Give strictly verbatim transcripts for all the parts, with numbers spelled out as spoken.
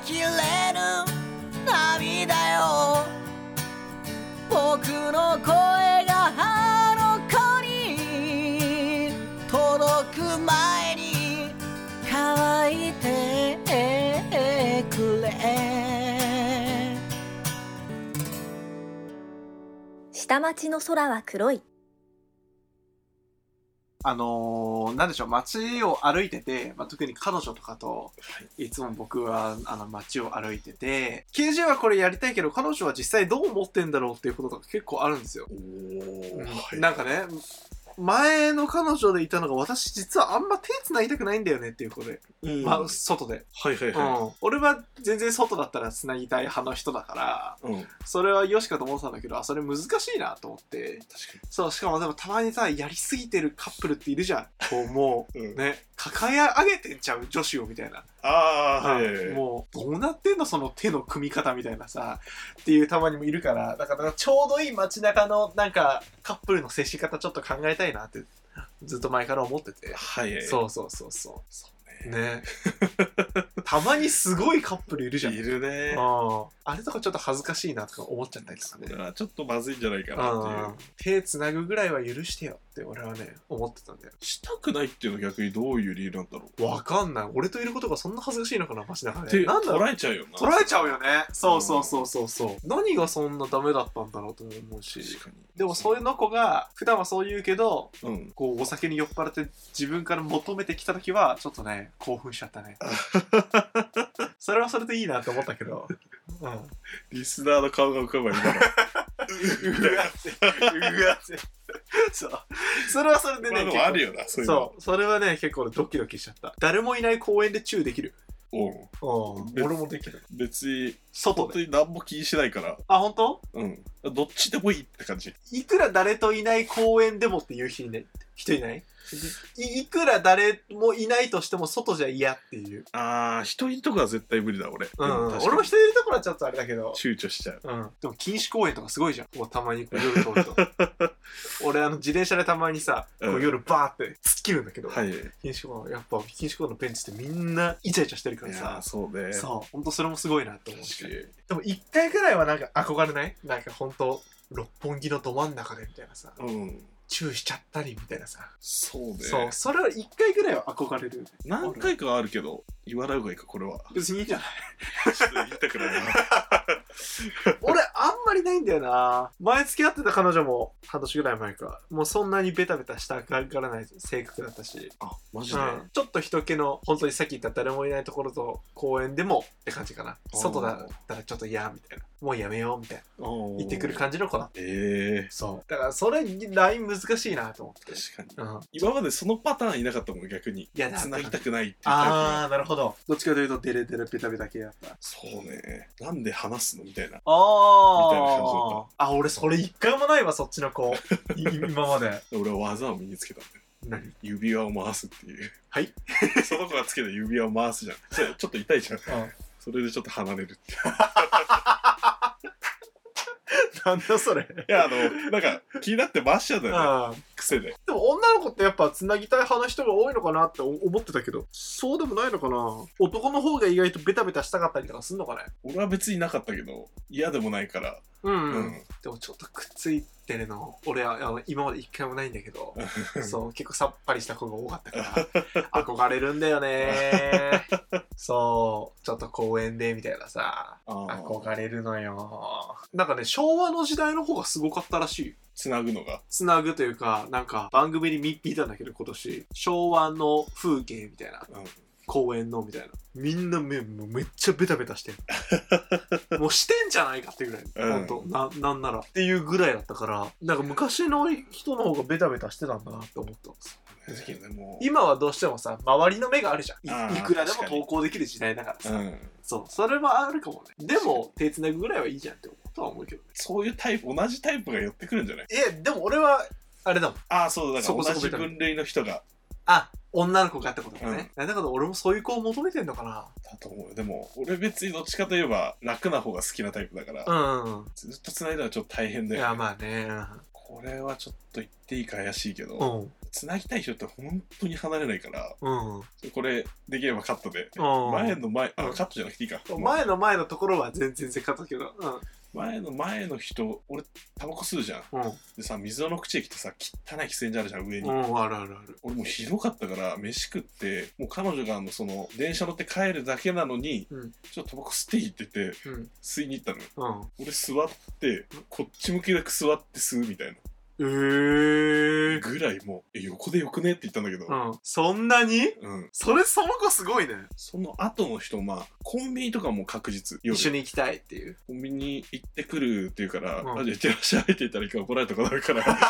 きれぬ涙よ、僕の声があの子に届く前に乾いてくれ。 下町の空は黒い。 あのー、なんでしょう、街を歩いてて、まあ、特に彼女とかといつも僕はあの街を歩いてて、ケージー はこれやりたいけど彼女は実際どう思ってんだろうっていうことが結構あるんですよ。 おー、はい、 なんかね、前の彼女でいたのが、私実はあんま手繋ぎたくないんだよねっていうことで、うん、まあ外で、 はいはいはい、 うん、俺は全然外だったら繋ぎたい派の人だから、うん、それはよしかと思ってたんだけど、あ、それ難しいなと思って。確かに。そう、しかもでもたまにさ、やりすぎてるカップルっているじゃん。こうもう、うん、ね、抱え上げてんちゃう女子をみたいな。 ああ、はい、はい、 もうどうなってんのその手の組み方みたいなさっていうたまにもいるから、だからちょうどいい街中のなんかカップルの接し方ちょっと考えたいなってずっと前から思ってて、 はい、はい、 そうそうそうそうそうねたまにすごいカップルいるじゃん。 いるね。 ああれとかちょっと恥ずかしいなとか思っちゃったりとかね。 それはちょっとまずいんじゃないかなっていう。 手つなぐぐらいは許してよって俺はね思ってたんだよ。 したくないっていうのは逆にどういう理由なんだろう。 わかんない。俺といることがそんな恥ずかしいのかな、街中で。 なんだろう。 捉えちゃうよな。 捉えちゃうよね。そうそうそうそうそう。何がそんなダメだったんだろうと思うし。確かに。でもそういうの子が普段はそう言うけど、うん、こうお酒に酔っ払って自分から求めてきた時はちょっとね興奮しちゃったね。それはそれでいいなって思ったけど、うん、 リスナーの顔が浮かばいいだろうわってうわってそうそれはそれでね、 まあ、あるよな、そういうの。 そうそれはね結構ドキドキしちゃった。誰もいない公園でチューできる。 おうおう俺もできる。 別に外で本当に何も気にしないから。 あ、本当？ うんどっちでもいいって感じ。 いくら誰といない公園でもっていう日にね人いない？い, いくら誰もいないとしても外じゃ嫌っていう。 ああ、人いるとこは絶対無理だ俺。 うん、うん、俺も人いるところはちょっとあれだけど躊躇しちゃう。 うん。でも錦糸公園とかすごいじゃん。こうたまに夜通ると俺あの自転車でたまにさ、こう夜バーって突っ切るんだけど、はい、錦糸公園やっぱ錦糸公園のベンチってみんなイチャイチャしてるからさ。 いやそうね。 そう本当それもすごいなって思うし。でも一回ぐらいはなんか憧れない？なんか本当六本木のど真ん中でみたいなさ。うん。チューしちゃったりみたいなさ。 そうね。 そう。それは一回ぐらいは憧れる。 何回かはあるけど、言わない方がいいか、これは。 別にいいんじゃないちょっと言いたくないな。 俺、あんまりないんだよな。前付き合ってた彼女も、半年ぐらい前か。もうそんなにベタベタしたがらない性格だったし。 あ、マジで、うん、 ちょっと人気の、本当にさっき言った誰もいないところと公園でもって感じかな。外だったらちょっと嫌みたいな。もうやめようみたいな。言ってくる感じの子だった。 ええー。 そう。だからそれ、ライン難しいなと思って。 確かに。うん、今までそのパターンいなかったもん、逆に。いや、繋ぎたくないっていうタイプ。 あー、なるほど。どっちかというと、デレデレベタベタ系だった。 そうね。なんで話すのみたいな。 あー。 みたいな感じだった。 あ、俺それ一回もないわ、そっちの子。今まで。 俺は技を身につけたんだよ。何？指輪を回すっていう。 はい。 その子がつけた指輪を回すじゃん。それちょっと痛いじゃん。うん、それでちょっと離れるって。 なんだそれ。 いや、あの、なんか気になって回しちゃうんだよね。癖で。 でも女の子ってやっぱ繋ぎたい派の人が多いのかなって思ってたけど、そうでもないのかな。男の方が意外とベタベタしたかったりとかすんのかね。 俺は別になかったけど、嫌でもないから。 うん、うん。でもちょっとくっついてるの、俺はあの今まで一回もないんだけど、そう結構さっぱりした子が多かったから憧れるんだよね。そうちょっと公園でみたいなさ、憧れるのよ。なんかね、昭和の時代の方がすごかったらしい。 つなぐのがつなぐというか、なんか番組に見たんだけど今年、昭和の風景みたいな、うん、公園のみたいな、みんな め, めっちゃベタベタしてるもうしてんじゃないかっていうぐらい、うん、ほんと な, なんならっていうぐらいだったから、なんか昔の人の方がベタベタしてたんだなって思ったんですよ。今はどうしてもさ、周りの目があるじゃん。 い, いくらでも投稿できる時代だからさ、うん、そうそれはあるかもね。でも手つなぐぐらいはいいじゃんってとは思うけどね。 そういうタイプ、同じタイプが寄ってくるんじゃない？ え、でも俺はあれだもん。 ああ、そうだ、だから同じ分類の人が、 あ、女の子がってことだね、うん、だから俺もそういう子を求めてんのかな。 だと思う。でも俺別にどっちかといえば楽な方が好きなタイプだから、うんうん、ずっと繋いだらちょっと大変だよね。 いやまあね、 これはちょっと言っていいか怪しいけど、うん、 繋ぎたい人って本当に離れないから、 うんこれできればカットで、 うん前の前あ、 うんカットじゃなくていいか、 前の前のところは全然せっかったけど前の前の人、俺タバコ吸うじゃん。 うんうんでさ、溝の口駅ってさ、汚い喫煙所あるじゃん、上に。 うんあるあるある俺もうひどかったから飯食ってもう彼女があのその電車乗って帰るだけなのに、 うんちょっとタバコ吸っていいって言ってうん吸いに行ったのよ。 うん俺座ってこっち向きで座って吸うみたいなえーぐらいもうえ横でよくねって言ったんだけど、 うんそんなにうん、 それその子すごいねその後の人、まあコンビニとかも確実夜一緒に行きたいっていうコンビニ行ってくるって言うから、 うんあ、じゃあ行ってらっしゃいって言ったら一回怒られたことあるからだ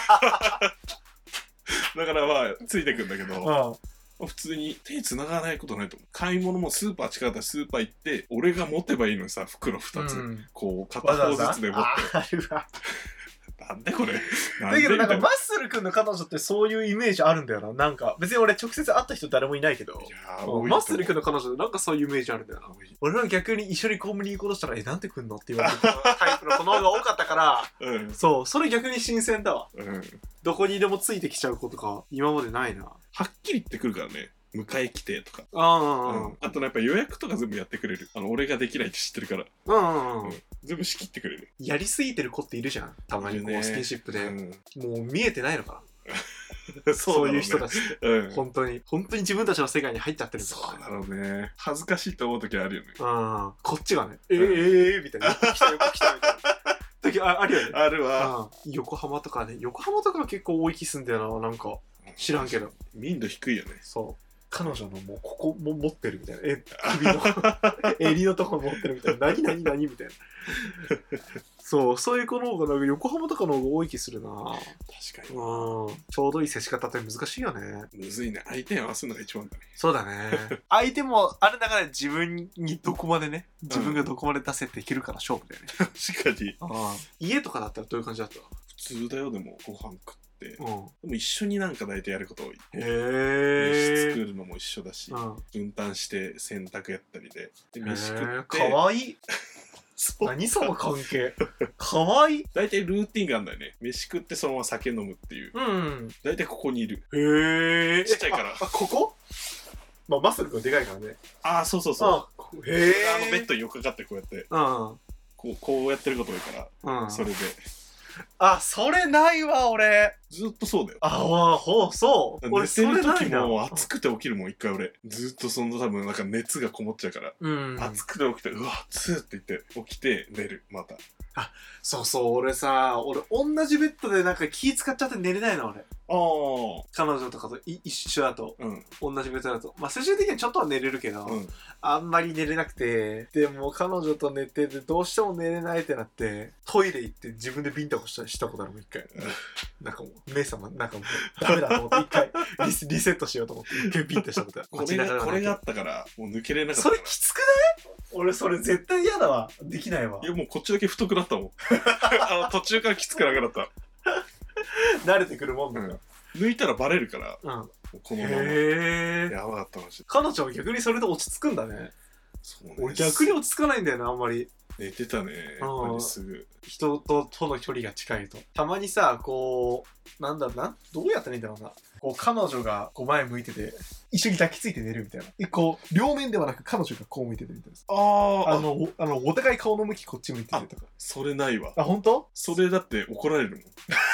からまあついてくんだけど、 あ普通に手繋がないことないと思う。買い物もスーパー近かったらスーパー行って俺が持てばいいのにさ、袋ふたつ、 うんこう片方ずつで持ってあるわなんでこれなんだでみたいなけどなんかマッスル君の彼女ってそういうイメージあるんだよな。なんか別に俺直接会った人誰もいないけど、 いやー多いと思うマッスル君の彼女でなんかそういうイメージあるんだよな。俺は逆に一緒にコンビニ行こうとしたらえなんで来んのって言われるタイプの子の方が多かったからうんそうそれ逆に新鮮だわ。 うんどこにでもついてきちゃう子とか今までないな。 はっきり言ってくるからね、迎え来てとか、 ああうん、あとねやっぱ予約とか全部やってくれる。あの俺ができないって知ってるから、 うんうんうんうん全部仕切ってくれる。 やりすぎてる子っているじゃん。たまにこいるねうスキンシップで、 うんもう見えてないのかな。そういう人たちってうん本当に本当に自分たちの世界に入っちゃってるんだそうだろうね。恥ずかしいと思う時あるよね。 うんこっちがねえー、えー、えー、みたいな横来た横来たみたいな時 あ, あるよね。 あるわ。 うん横浜とかね横浜とか結構多い気すんだよな。なんか知らんけど民度低いよね。 そう彼女のもうここも持ってるみたいなえ首の襟のとこ持ってるみたいな何何何みたいなそうそういう子の方がなんか横浜とかの方が多い気するな。 確かに。 うんちょうどいい接し方って難しいよね。 むずいね。相手に合わせるのが一番だね。 そうだね相手もあれだから自分にどこまでね自分がどこまで出せていけるかの勝負だよね、 確かに。 家とかだったらどういう感じだった？ 普通だよ、でもご飯食って。でうんも一緒になんか大体やること多い。 へえ飯作るのも一緒だし、 うん分担して洗濯やったりで。で、飯食へーって。 かわいいそう。 何その関係かわいい大体ルーティンがあるんだよね。飯食ってそのまま酒飲むっていう。 うん大体ここにいる。 へえちっちゃいからああここまあマッスル君でかいからねああ、そうそうそう。 あへえあのベッドに横かかってこうやって、 うんこう、こうやってること多いから、 うんそれで。 あそれないわ俺ずっとそうだよ。 あわほうそう俺寝てる時なも暑くて起きるもん、一回俺。ずっとその多分なんか熱がこもっちゃうから。 うん暑くて起きて、うわ、暑って言って、起きて寝る、また。 そうそう俺さ俺同じベッドでなんか気使っちゃって寝れないの俺ああ。 彼女とかとい一緒だとうん。 同じベッドだとまあ最終的にはちょっとは寝れるけど、 うん。 あんまり寝れなくてでも彼女と寝ててどうしても寝れないってなってトイレ行って自分でビンタこしたしたことあるもん一回なんかもう姉様なんかもうダメだと思って一回リスリセットしようと思って一回ビンタしたことあるこれが、これがあったから、もう抜けれなかったそから。 れきつくない俺それ絶対嫌だわできないわいや、もうこっちだけ太くなったもん。あの、途中からきつくなくなった。 慣れてくるもんだよ、 抜いたらバレるから、 うん、 もうこのまま。 へえやばかったマジで。 彼女は逆にそれで落ち着くんだねそうね。 俺逆に落ち着かないんだよなあんまり寝てたね。やっぱりすぐ。 人ととの距離が近いとたまにさこうなんだなんどうやったらいいんだろうなこう彼女がこう前向いてて一緒に抱きついて寝るみたいなこう両面ではなく彼女がこう向いててみたいなああ、 あのおあのお互い顔の向きこっち向いててとかそれないわ。 あ本当それだって怒られるもん。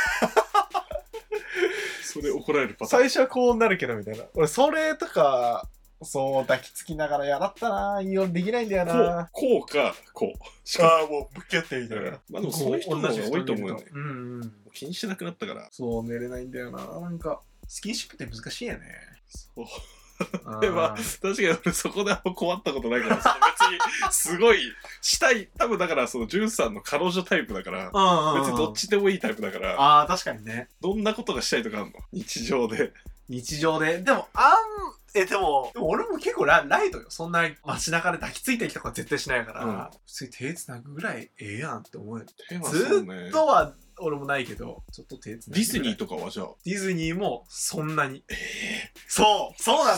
それ怒られるパターン。 最初はこうなるけどみたいな俺それとかそう抱きつきながらやらったなぁいいよできないんだよなこう、こうか、こう。しかああもうぶっき合ってみたいなまあでもそういう人の方が多いと思うよね。 うんうん気にしなくなったから。 そう寝れないんだよななんかスキンシップって難しいよねそう。 あでまあ、確かに俺そこであんま困ったことないから、その別に、すごい、したい、多分だから、その、ジュンさんの彼女タイプだから、 ー別にどっちでもいいタイプだから、 ああ確かにねどんなことがしたいとかあるの日常で。 日常ででもあんえでもでも俺も結構ラライトよそんな街中で抱きついてきたとか絶対しないから、 うん普通に手つなぐぐらいええやんって思うよ手はずそうねっ。とは俺もないけどちょっと手つなぐぐらいディズニーとかはじゃあ、 ディズニーもそんなにそうそうなの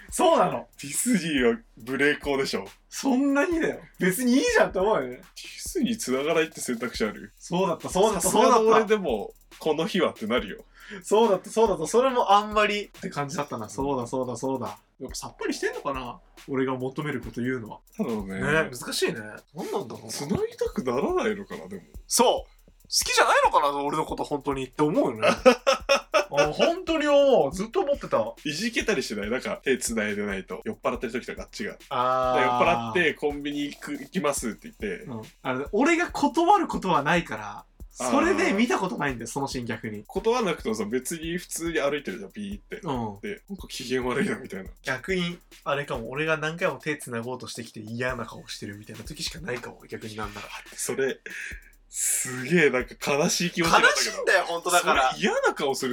そうなの。 ディズニーは無礼講でしょ。 そんなにだよ。別にいいじゃんって思うよね。 ディズニー繋がないって選択肢ある。 そうだった、そうだった、 さすがの俺そうだった。 でも、この日はってなるよ。 そうだった、そうだった。それもあんまりって感じだったな。そうだ、そうだ、そうだ。やっぱさっぱりしてんのかな、俺が求めること言うのは。 ただね、 ね、難しいね。何なんだろうな。 繋ぎたくならないのかな、でも。 そう好きじゃないのかな俺のこと本当にって思うよね。あ本当に思う。ずっと思ってた。 いじけたりしてない。なんか手繋いでないと酔っ払ってる時とかあっちが。 あ酔っ払ってコンビニ行く行きますって言って、 うん、あの俺が断ることはないからそれで見たことないんだよ、そのシーン逆に。 断らなくてもさ、別に普通に歩いてるじゃん、ビーって。 うん。 で、なんか機嫌悪いなみたいな。 逆に、あれかも、俺が何回も手繋ごうとしてきて嫌な顔してるみたいな時しかないかも、逆になんなら。 それ、すげえなんか悲しい気持ちなんだけど。 悲しいんだよ、ほんとだから。 それ嫌な顔するって。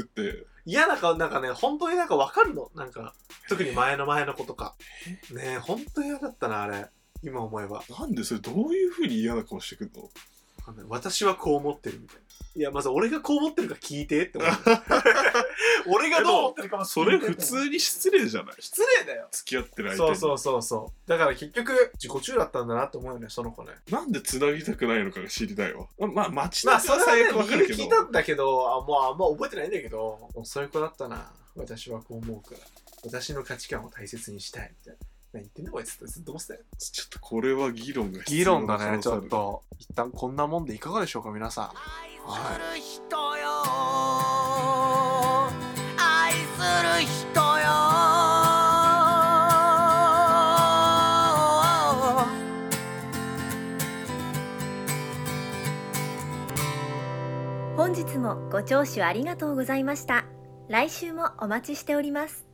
嫌な顔、なんかね、本当になんかわかるの。なんか、特に前の前の子とか。ねえ、ほんと嫌だったな、あれ。今思えば。 なんでそれどういう風に嫌な顔してくんの？ 私はこう思ってるみたいな。いや、まず俺がこう思ってるか聞いてって思う。俺がどう思ってるかもそれ普通に失礼じゃない？ 失礼だよ。 付き合ってる相手に。 そうそうそうそう。だから結局、自己中だったんだなって思うよね、その子ね。 なんで繋ぎたくないのかが知りたいわ。ま、まあ、街まあ、 中はそれはね、 最悪わかるけど。 聞いたんだけど、あ、もうあんま覚えてないんだけど、もうそういう子だったな。私はこう思うから。私の価値観を大切にしたいみたいな。何言ってんだこいつってずっと思ってたよ。 ちょっとこれは議論が必議要論だね、ちょっと。一旦こんなもんでいかがでしょうか、皆さん。 愛する人よ、愛する人よ。 本日もご聴取ありがとうございました。来週もお待ちしております。